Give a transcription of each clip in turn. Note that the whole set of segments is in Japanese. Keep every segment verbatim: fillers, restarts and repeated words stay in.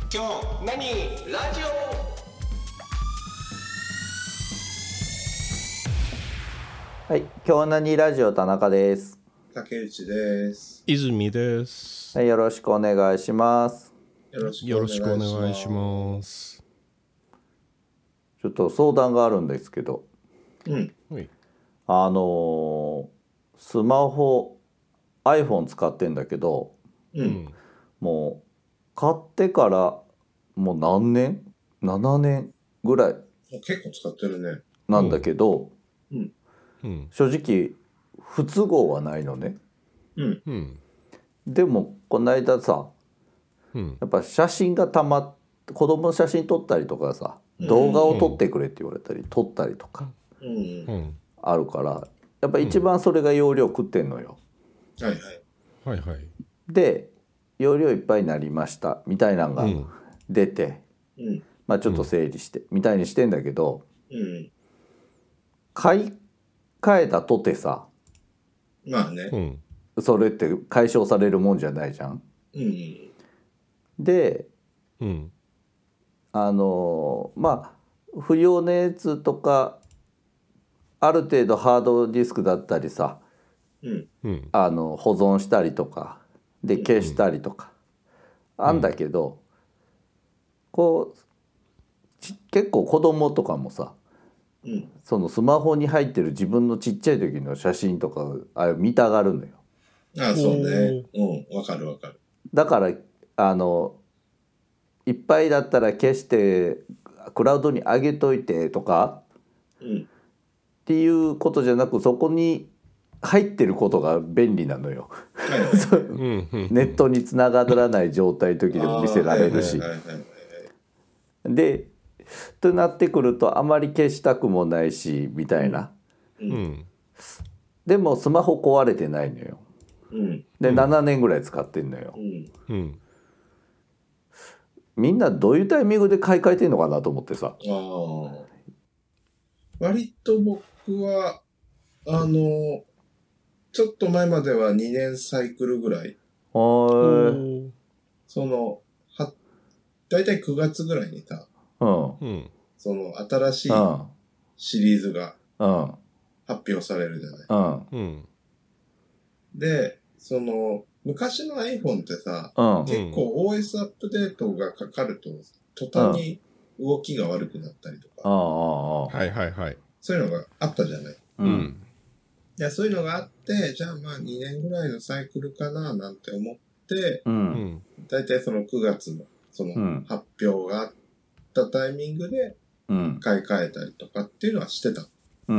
今日何ラジオ。はい、今日何ラジオ田中です。 竹内です。 泉です。 はい、よろしくお願いします。 よろしくお願いします。 ちょっと相談があるんですけど、 うん、 あのー、スマホ iPhone 使ってんだけど、 うん、 もう買ってからもう何年 ?なな 年ぐらい結構使ってるね。 なんだけど、 うんうん、 正直不都合はないのね。 うんうん、 でもこの間さ、 うん、 やっぱ写真がたまっ子供の写真撮ったりとかさ、動画を撮ってくれって言われたり、撮ったりとかうん、 あるから、やっぱ一番それが容量食ってんのよ。 はいはいはいはい。 で容量いっぱいになりましたみたいなのが出て、 うん、 まあちょっと整理してみたいにしてんだけど、 うん、 買い替えたとてさ、 まあね、 うん、 それって解消されるもんじゃないじゃん。 うん、 でうん、 あのまあ不要なやつとかある程度ハードディスクだったりさ、 うんうん、 あの保存したりとかで消したりとか、うん、あんだけど、こう結構子供とかもさ、 うん、 そのスマホに入ってる自分のちっちゃい時の写真とかあれ見たがるのよ。 ああそうね、うん、わかるわかる。 だからあのいっぱいだったら消してクラウドに上げといてとか、 うん、 っていうことじゃなく、そこに入ってることが便利なのよ。ネットにつながらない状態の時でも見せられるし。でとなってくるとあまり消したくもないしみたいな、 うん、 でもスマホ壊れてないのよ、 うん、 でななねんぐらい使ってんのよ、 うん、 みんなどういうタイミングで買い替えてんのかなと思ってさ。 あ割と僕はあのちょっと前まではにねんサイクルぐらい、 おそのはだいたいくがつぐらいにさ、 うん、 その新しいシリーズが発表されるじゃない。 うんうん、 で、その昔の iPhone ってさ、 うん、 結構 オーエス アップデートがかかると途端に動きが悪くなったりとか、 うん、 はいはいはい、 そういうのがあったじゃない。 うん、 いやそういうのがあって、じゃあまあにねんぐらいのサイクルかななんて思って、 うん、 だいたいそのくがつのその発表があったタイミングで買い替えたりとかっていうのはしてた。 うん、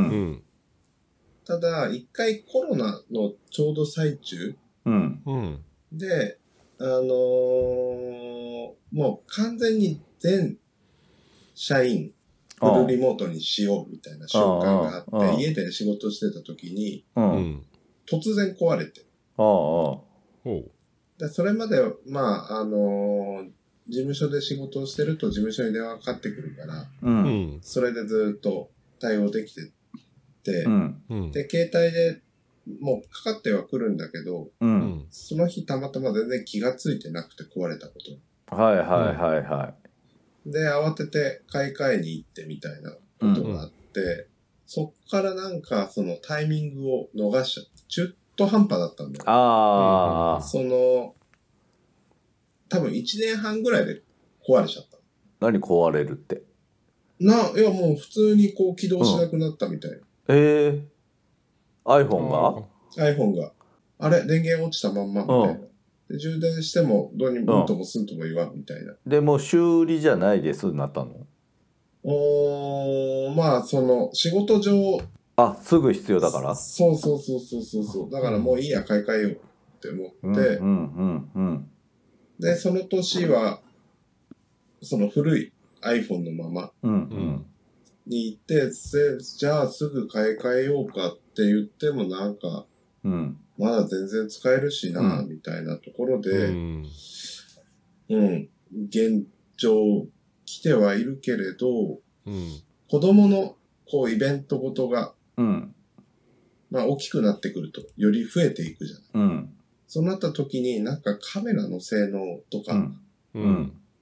ただ一回コロナのちょうど最中、 うん、 で、あのー、もう完全に全社員フルリモートにしようみたいな瞬間があって、家で仕事してた時に、うん、突然壊れて。 ああでそれまで、まあ、あのー、事務所で仕事をしてると事務所に電話かかってくるから、うん、それでずっと対応できてて、うん、で、携帯でもうかかってはくるんだけど、うん、その日たまたま全然気がついてなくて壊れたこと。 はいはいはいはい。 で、慌てて買い替えに行ってみたいなことがあって、うんうん、そっからなんかそのタイミングを逃しちゃって、中途半端だったんだよ。ああ。その、多分いちねんはんぐらいで壊れちゃった。 何壊れるって？ な、いやもう普通にこう起動しなくなったみたいな。うん、 えー、iPhone が ?iPhone が。あれ電源落ちたまんまみたいな。うんで充電してもどうにもうんともすんとも言わんみたいな。 でも修理じゃないですなったの？ おー、まあその仕事上あすぐ必要だから。 そうそうそうそうそうそうだからもういいや買い替えようって思って、うんうんうんうん、でその年はその古い iPhone のままに行って、うんうん、じゃあすぐ買い替えようかって言ってもなんか、うんまだ全然使えるしな、うん、みたいなところで、うん、うん、現状来てはいるけれど、うん、子供のこうイベントごとが、うん、まあ大きくなってくるとより増えていくじゃない。うん、そうなった時になんかカメラの性能とか、うんうん、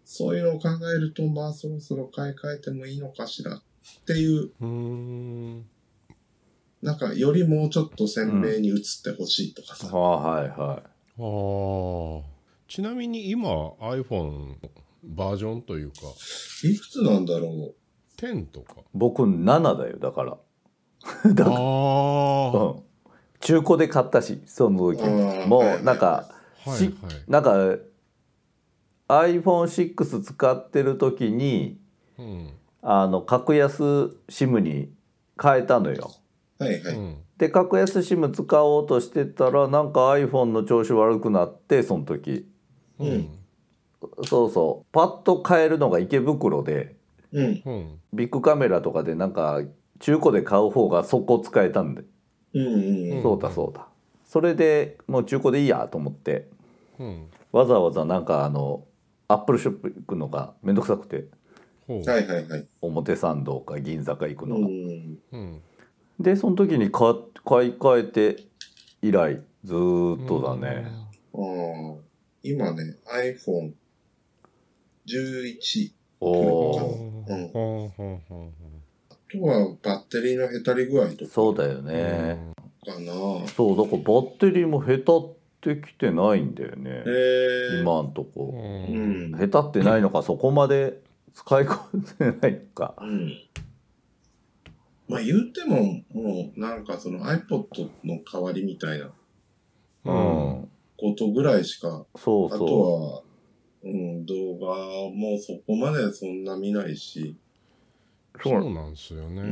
そういうのを考えると、まあそろそろ買い替えてもいいのかしらっていう、 うーんなんかよりもうちょっと鮮明に映ってほしいとかさ。 ああはいはい。 あーちなみに今 iPhone バージョンというかいくつなんだろう。 じゅうとか。 僕ななだよだからだから、 ああ、 うん、中古で買ったしその時もうなんか、 はいしなんか アイフォンシックス 使ってる時に、 うん、 あの格安 SIM に変えたのよ。 はいはい。 うん、 で格安 SIM 使おうとしてたらなんか iPhone の調子悪くなってその時、 うん、 そうそうパッと買えるのが池袋で、 うん。 うん、 ビッグカメラとかでなんか中古で買う方が速攻使えたんで、 うんうんうん。 そうだそうだ、それでもう中古でいいやと思ってうん、 わざわざなんかあのアップルショップ行くのがめんどくさくて、 ほう、 はいはいはい。 表参道か銀座か行くうのが、 ん。 うん、 でその時に買買い替えて以来ずーっとだね。 ああ、今ね、アイフォンじゅういちおおうん。あほうほうほとはバッテリーのへたり具合とかそうだようね、 かな。 そうだからバッテリーもへたってきてないんだよね、 へえ。 今んとこ。 ううんん。 へたってないのかそこまで使い込んでないのか。 うん。まあ言うても、もうなんかその iPod の代わりみたいなううんん、 ことぐらいしか、あそうそとは、うん、動画もそこまでそんな見ないし、 うそうなんですよね。 うん。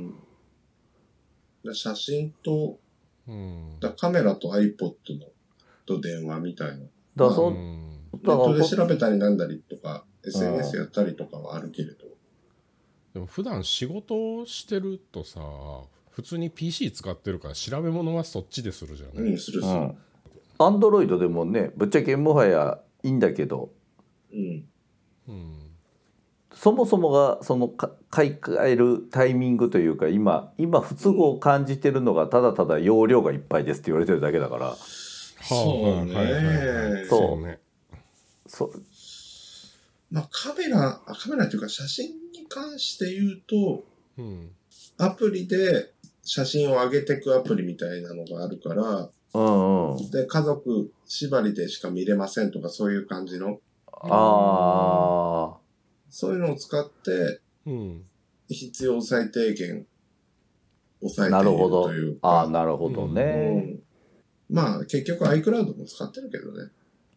だ写真と、 うん、 だカメラと iPod のと電話みたいな。 だそ、 うん、 ネットでだ調べたりなんだりとか、エスエヌエス やったりとかはあるけれど。 でも普段仕事をしてるとさ、普通に ピーシー 使ってるから調べ物はそっちでするじゃない。 うん、するする。 うんアンドロイドでもねぶっちゃけもはやいいんだけど、 うん。 うん、 そもそもがそのか買い替えるタイミングというか今今不都合を感じてるのがただただ容量がいっぱいですって言われてるだけだからそうね。 はいはいはいはいそうね。 そまあカメラ、あカメラっていうか写真に関して言うと、 うん、 アプリで写真を上げていくアプリみたいなのがあるから、 うんうんで、家族縛りでしか見れませんとかそういう感じの、 あそういうのを使ってうん、 必要最低限抑あえているなるほどというか。 ああなるほどうね、 ん。まあ結局 iCloud も使ってるけどね。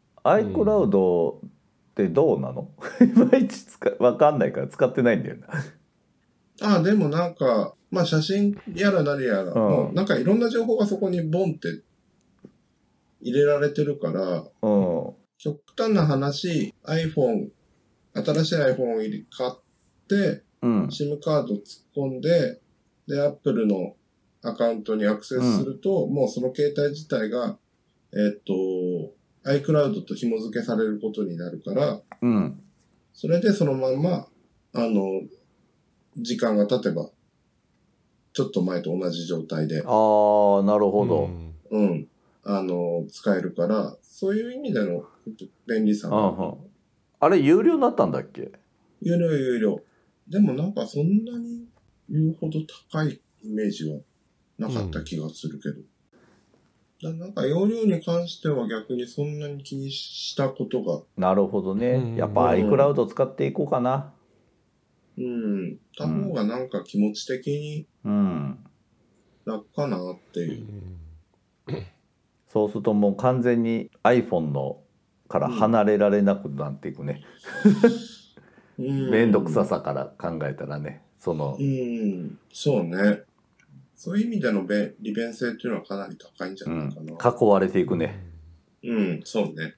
iCloud ってどうなのいまいち使わかんないから使ってないんだよなああ、でもなんか、まあ写真やら何やら、 んもうなんかいろんな情報がそこにボンって入れられてるから、 うん極端な話、iPhone、新しい iPhone を入れ買って、 うん SIM カード突っ込んで、で、Apple のアカウントにアクセスすると、もうその携帯自体が、えっと、iCloud と紐付けされることになるから、 うんそれでそのまんま、あの、時間が経てば、ちょっと前と同じ状態で、 ああなるほど、 うんうん、あの、使えるから、そういう意味での便利さうんうが、 ん、あれ有料になったんだっけ。 有料有料。でもなんかそんなに言うほど高いイメージはなかった気がするけど。だなんか容量に関しては逆にそんなに気にしたことが、 なるほどね、 うんやっぱ iCloud 使っていこうかな。 うん、た方がなんか気持ち的にうん楽かなっていう。 そうするともう完全に iPhone のから離れられなくなっていくね、 うん、 めんどくささから考えたらねその、 うん、そうね。そういう意味でのべ利便性っていうのはかなり高いんじゃうないかな。 ん、囲われていくねうん、そうね。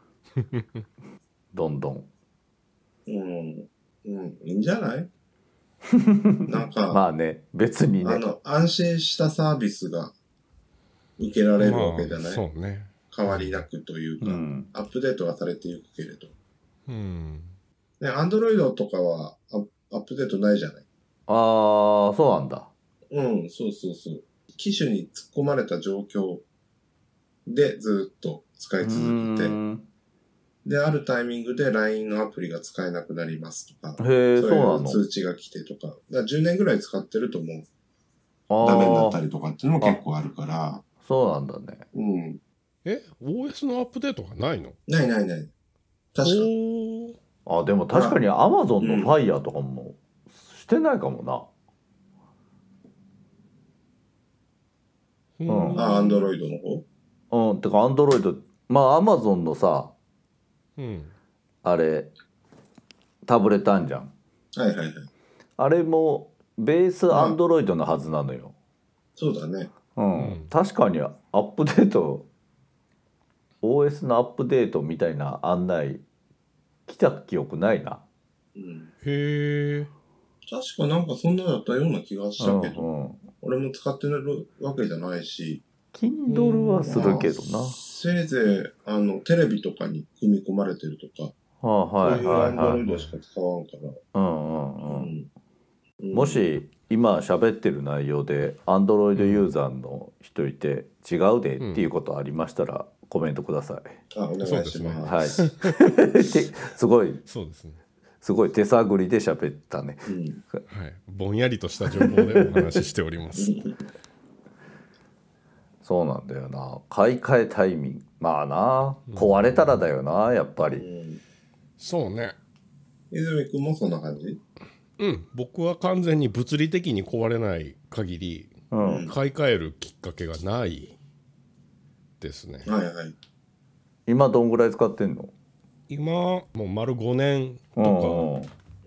どんどん。 うん、うん、いいんじゃないなんか、 まあね別にねあの、安心したサービスが受けられるわけじゃない、 まあ、そうね。 変わりなくというか、 うんアップデートはされていくけれど。 うん。 ね、アンドロイドとかはアッアップデートないじゃないああそうなんだ。 うん、そうそうそう。機種に突っ込まれた状況でずっと使い続けて、 で、あるタイミングで ライン のアプリが使えなくなりますとか、 へえ、そうなそういうの。 通知が来てとか、だからじゅうねんぐらい使ってるともうダメになったりとかっていうのも結構あるから。 そうなんだね。 うん。 え、オーエス のアップデートがないの？ ないないない。確かに。 あ、でも確かに Amazon の Fire とかもしてないかもな。 うん。 うん、あ、Android の方？うん、てか Android、まあ Amazon のさ、 うん、 あれ、タブレットあんじゃん。 はいはいはい。 あれもベース Android のはずなのよ。 そうだね。 うん、うん、確かにアップデート、オーエス のアップデートみたいな案内来た記憶ないな。 うん、 へえ。 確かなんかそんなだったような気がしたけど、うんうん、俺も使ってるわけじゃないし。 Kindle はするけどな。 せいぜいあのテレビとかに組み込まれてるとか、 はあ、はいはいはい。 そういう Android しか使わんから。 うんうんうん。うん、もし今喋ってる内容で Android ユーザーの人いて違うでっていうことありましたらコメントください。 あ、お願いします。はい。すごい。 そうですね。 すごい手探りで喋ったね、 うんはい、ぼんやりとした情報でお話ししておりますそうなんだよな、買い替えタイミング、まあな、壊れたらだよな、やっぱり、うん、 そうね。 泉君もそんな感じ？ うん、僕は完全に物理的に壊れない限り、うん、買い替えるきっかけがないですね。 はいはい。 今どんぐらい使ってんの？ 今もう丸ごねんとか、うん、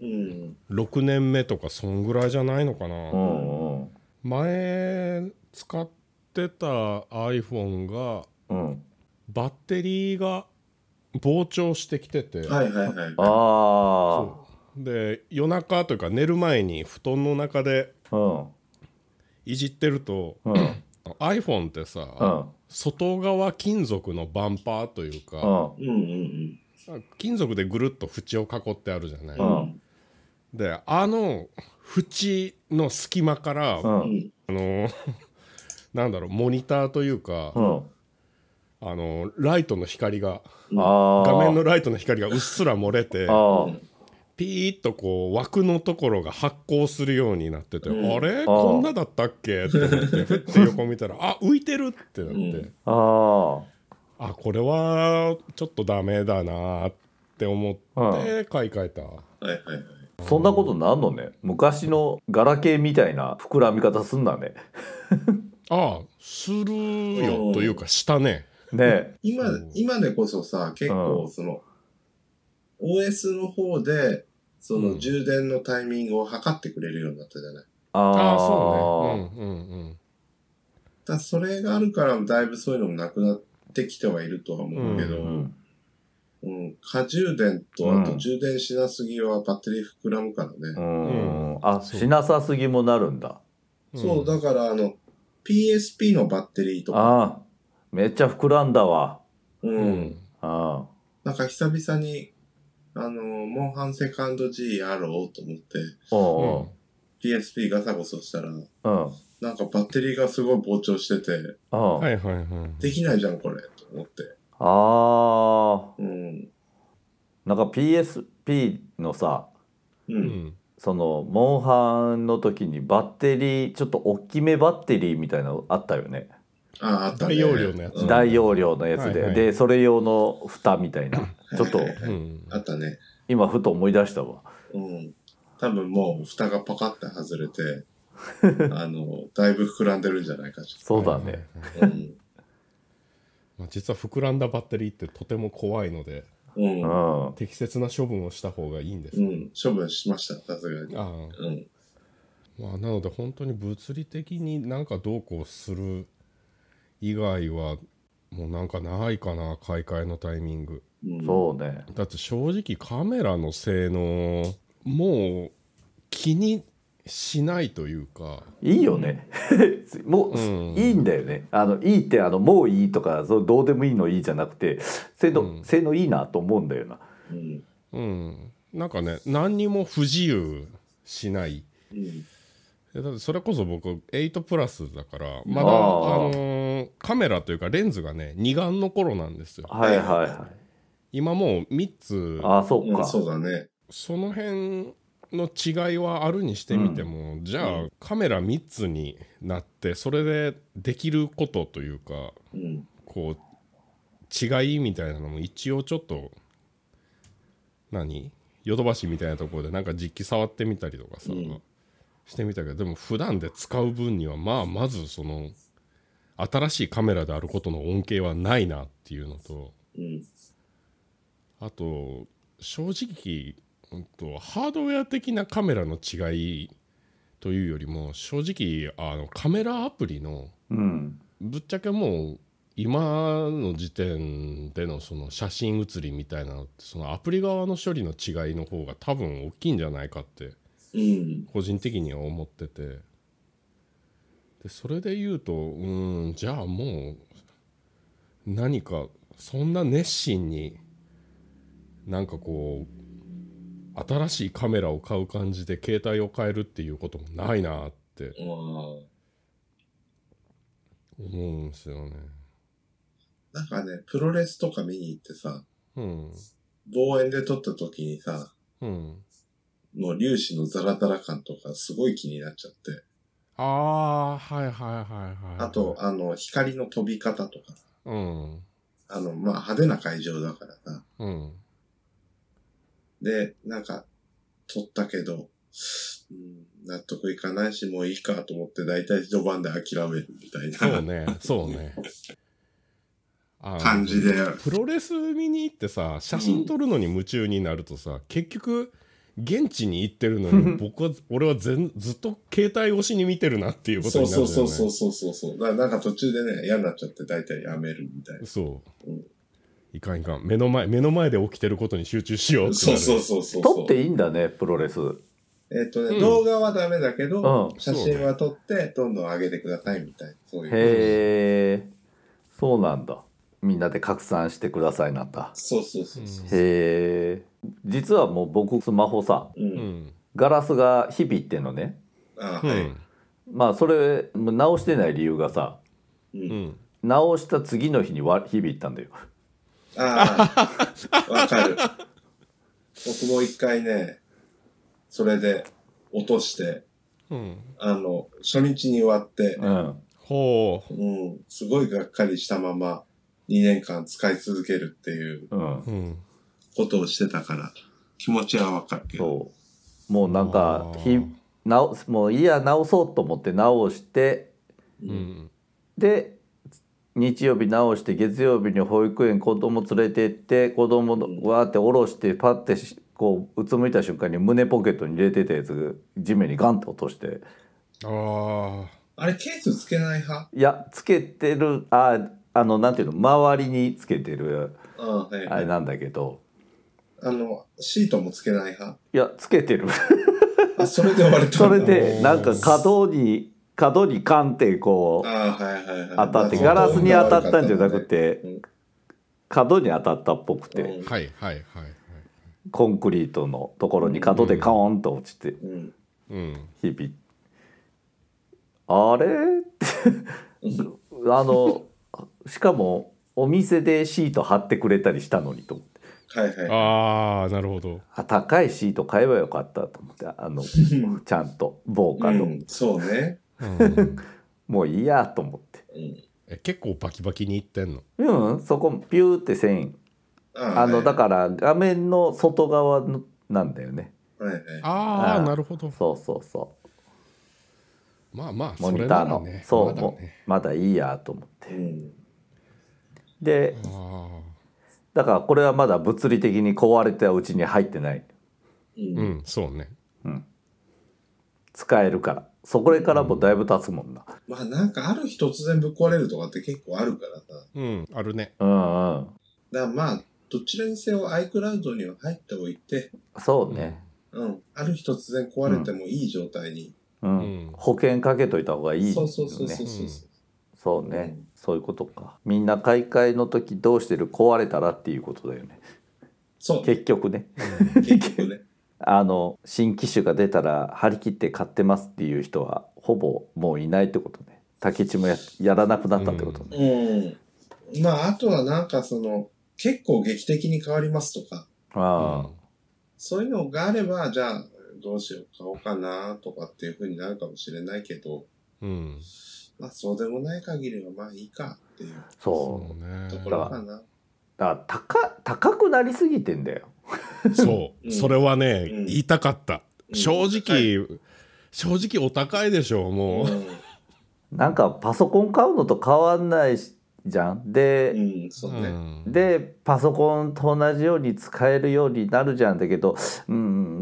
ろくねんめとかそんぐらいじゃないのかな、うんうん、前使ってた iPhone が、うん、バッテリーが膨張してきてて、 はいはいはい、 あそうで夜中というか寝る前に布団の中でいじってると、うん、iPhone ってさ、うん、外側金属のバンパーというか、うんうんうん金属でぐるっと縁を囲ってあるじゃない、うん、であの縁の隙間から、うん、あのなんだろうモニターというか、うん、あのライトの光が画面のライトの光がうっすら漏れてピーッとこう枠のところが発光するようになってて、うん、あれこんなだったっけって思ってふって横見たらあ浮いてるってなって、うん、ああこれはちょっとダメだなって思って買い替えた、うんはいはいはい、 そんなことなんのね。昔のガラケーみたいな膨らみ方すんだねああするよというかしたねね今今でこそさ結構その、うん、オーエス の方でその充電のタイミングを測ってくれるようになったじゃない、うん、 ああそうねうんうんうんだそれがあるからだいぶそういうのもなくなってできてはいるとは思うけど、うんうん、過充電とあと充電しなすぎはバッテリー膨らむからね。 うんうん、あ、しなさすぎもなるんだ。 そう、だからあの ピーエスピー のバッテリーとか。 あ、めっちゃ膨らんだわ。 うん。うん、あなんか久々にあのモンハンセカンド G やろうと思って、おう、うん、ピーエスピー ガサゴソしたら。うんなんかバッテリーがすごい膨張してて、 ああはいはいはい、 できないじゃんこれと思って。 ああ、うん。なんか ピーエスピー のさ、うん、そのモンハンの時にバッテリーちょっと大きめバッテリーみたいなのあったよね。 あああったね。 大容量のやつ、うん、 大容量のやつで、はいはい、でそれ用の蓋みたいなちょっと、はいはいはいうん、あったね。 今ふと思い出したわ。 うん。多分もう蓋がパカッて外れて。あのだいぶ膨らんでるんじゃないかしら。 そうだね、 うんまあ、実は膨らんだバッテリーってとても怖いので、うん、適切な処分をした方がいいんです、 うん、処分しましたさすがに。あ、 うんまあ、なので本当に物理的になんかどうこうする以外はもうなんかないかな買い替えのタイミング、 うん、そうね。 だって正直カメラの性能もう気にしないというかいいよねもう、うん、いいんだよね。あのいいってあのもういいとかそうどうでもいいのいいじゃなくて性能、うん、性能いいなと思うんだよな、 うんうん、なんかね何にも不自由しない、うん、だってそれこそ僕エイトプラスだからまだあ、あのー、カメラというかレンズがね二眼の頃なんですよ。 はいはいはい。 今もうみっつ、 ああそうか、 うん、そうだね。 その辺の違いはあるにしてみても、うん、じゃあ、うん、カメラみっつになってそれでできることというか、うん、こう違いみたいなのも一応ちょっと何ヨドバシみたいなところでなんか実機触ってみたりとかさ、うん、してみたけど、でも普段で使う分にはまあまずその新しいカメラであることの恩恵はないなっていうのと、うん、あと正直、うん、とハードウェア的なカメラの違いというよりも正直あのカメラアプリの、うん、ぶっちゃけもう今の時点でのその写真写りみたいなのってそのアプリ側の処理の違いの方が多分大きいんじゃないかって個人的には思ってて、でそれで言うとうんじゃあもう何かそんな熱心になんかこう新しいカメラを買う感じで携帯を変えるっていうこともないなって思うんですよね。 なんかね、プロレスとか見に行ってさ、うん、望遠で撮った時にさ、うん、もう粒子のザラザラ感とかすごい気になっちゃって。 ああ、はいはいはいはい。 あと、あの、光の飛び方とかさ、うん、あの、まあ、派手な会場だからさ、うん、で、なんか、撮ったけど、うん、納得いかないし、もういいかと思って、だいたい序盤で諦めるみたいな。 そうね、そうね。 感じでプロレス見に行ってさ写真撮るのに夢中になるとさ、うん、結局現地に行ってるのに僕は俺はずっと携帯越しに見てるなっていうことになるんだよね。 そうそうそうそうそうだからなんか途中でね嫌になっちゃって大体やめるみたいな。 そう、うん、いかんいかん目の前目の前で起きてることに集中しようってなる。そうそうそうそう撮っていいんだねプロレス。 えっとね、うん、動画はダメだけど、うん、写真は撮ってどんどん上げてくださいみたいなそういう。 へえそうなんだ。みんなで拡散してくださいなんだ。 そうそうそうそう。 へえ。実はもう僕スマホさ、うん、ガラスがひびってんのね。ああ、はい。まあそれ直してない理由がさ、うん、直した次の日にひびったんだよ。 ああ、わかる。僕も一回ね、それで落として、うん、あの初日に終わって、うん、ほう、うん、すごいがっかりしたまま。にねんかん使い続けるっていうことをしてたから気持ちはわかるけど、 そうもうなんかひ直もういいや直そうと思って直して、うん、で日曜日直して月曜日に保育園子供連れて行って子供わーって下ろしてパッてこううつむいた瞬間に胸ポケットに入れてたやつ地面にガンって落として、 ああれケースつけない派？ いやつけてるああのなんていうの周りにつけてる あ,、はいはい、あれなんだけどあのシートもつけない派？ いやつけてるあそれで割れたんだ。 それでなんか角に角にカンってこう、はいはいはい、当たってガラスに当たったんじゃなくて、うん、角に当たったっぽくて、うん、はいはいはい、コンクリートのところに角でカーンと落ちて、うんうん、日々あれあのしかもお店でシート貼ってくれたりしたのにと思って、 はいはい、ああなるほど。 あ高いシート買えばよかったと思ってあのちゃんと防火の、うん、 そうね、 うん、もういいやと思って、 うん、え結構バキバキにいってんの？ うんそこピューってせんああの、はい、だから画面の外側のなんだよね、はいはい、 ああなるほど。 そうそうそうまあまあモニターの、ね、そうまだね、まだいいやと思って、うん、でだからこれはまだ物理的に壊れたうちに入ってない、 うん、うん、そうね、うん、 使えるからそこからもだいぶ経つもんな、 うん、まあなんかある日突然ぶっ壊れるとかって結構あるからさ、 うんあるね、 うんうんだからまあどちらにせよ iCloud には入っておいてそうね、 うん、ある日突然壊れてもいい状態に、 うんうん、保険かけといた方がいいよね。 そうそうそうそうそう。 そうね、うん、そういうことか。みんな買い替えの時どうしてる壊れたらっていうことだよね。そう。結局ね。うん、結局ね。あの新機種が出たら張り切って買ってますっていう人はほぼもういないってことね。竹内も や, やらなくなったってことね。 うん。うん、まああとはなんかその結構劇的に変わりますとか、 あ、 そういうのがあれば、じゃあどうしよう、買おうかなとかっていう風になるかもしれないけど、 うん、 まあそうでもない限りはまあいいかっていうそうねところかな。 だから高、高くなりすぎてんだよ。 そう、 うん、 それはね、 うん、 言いたかった。正直、うん、正直お高いでしょもう、うん、 なんかパソコン買うのと変わんないじゃん。で、 うん、そうね、 でパソコンと同じように使えるようになるじゃんだけど、うん、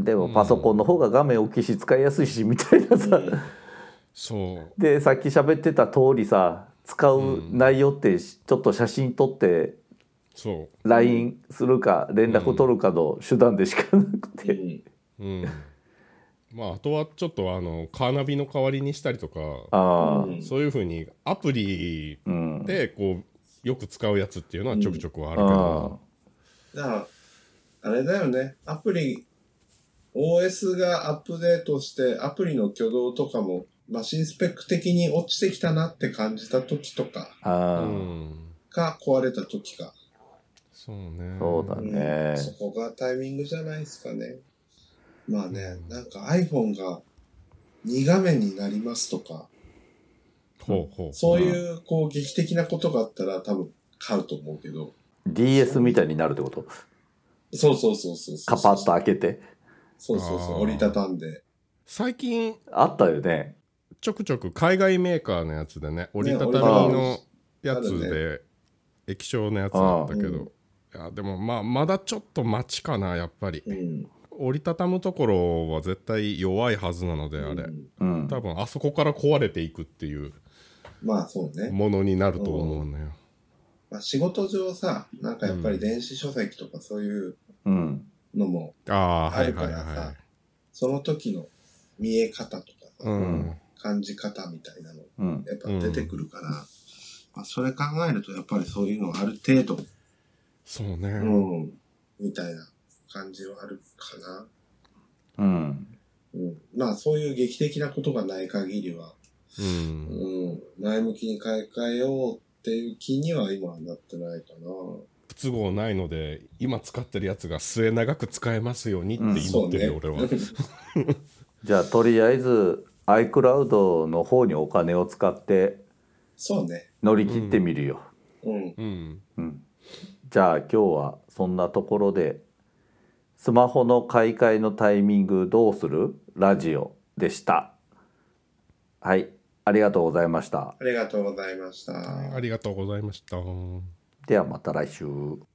でもパソコンの方が画面大きいし使いやすいしみたいなさ、うん、 そうでさっき喋ってた通りさ、使う内容ってちょっと写真撮って、そう ライン するか連絡取るかの手段でしかなくて、 うんうん、まああとはちょっとあのカーナビの代わりにしたりとか、 あ、 そういう風にアプリでこうよく使うやつっていうのはちょくちょくはあるけど、 うん、だからあれだよね、アプリ オーエス がアップデートしてアプリの挙動とかもマシンスペック的に落ちてきたなって感じた時とか、 あ、 うん、が壊れた時か。 そうね。 そうだね、 うん。そこがタイミングじゃないですかね。まあね、うん、なんか iPhone がに画面になりますとか、 ほうほう、 そういうこう劇的なことがあったら多分買うと思うけど。 ディーエス みたいになるってこと？ そうそうそうそうそう。 カパッと開けて。 そうそうそう、折りたたんで。 最近あったよね。 ちょくちょく海外メーカーのやつでね、折りたたみのやつで液晶のやつあったけど、いやでもまあまだちょっと待ちかなやっぱり、うん、折りたたむところは絶対弱いはずなので、あれ、うん、多分あそこから壊れていくっていうまあそうねものになると思うのよ、 まあ、仕事上さ、なんかやっぱり電子書籍とかそういうのもあるからさ、その時の見え方とかさ、うん、感じ方みたいなの、うん、やっぱ出てくるから、うん、まあ、それ考えるとやっぱりそういうのある程度、 そうね、 うん、みたいな感じはあるかな。 うん。 うん、まあそういう劇的なことがない限りは、うんうん、前向きに買い替えようっていう気には今はなってないかな。 不都合ないので今使ってるやつが末長く使えますようにって祈ってるよ、うん、俺は。 じゃあとりあえず iCloud の方にお金を使ってそうね乗り切ってみるよ。 うんうんうん、じゃあ今日はそんなところでスマホの買い替えのタイミングどうする？ラジオでした。はい、ありがとうございました。 ありがとうございました。 ありがとうございました。 ではまた来週。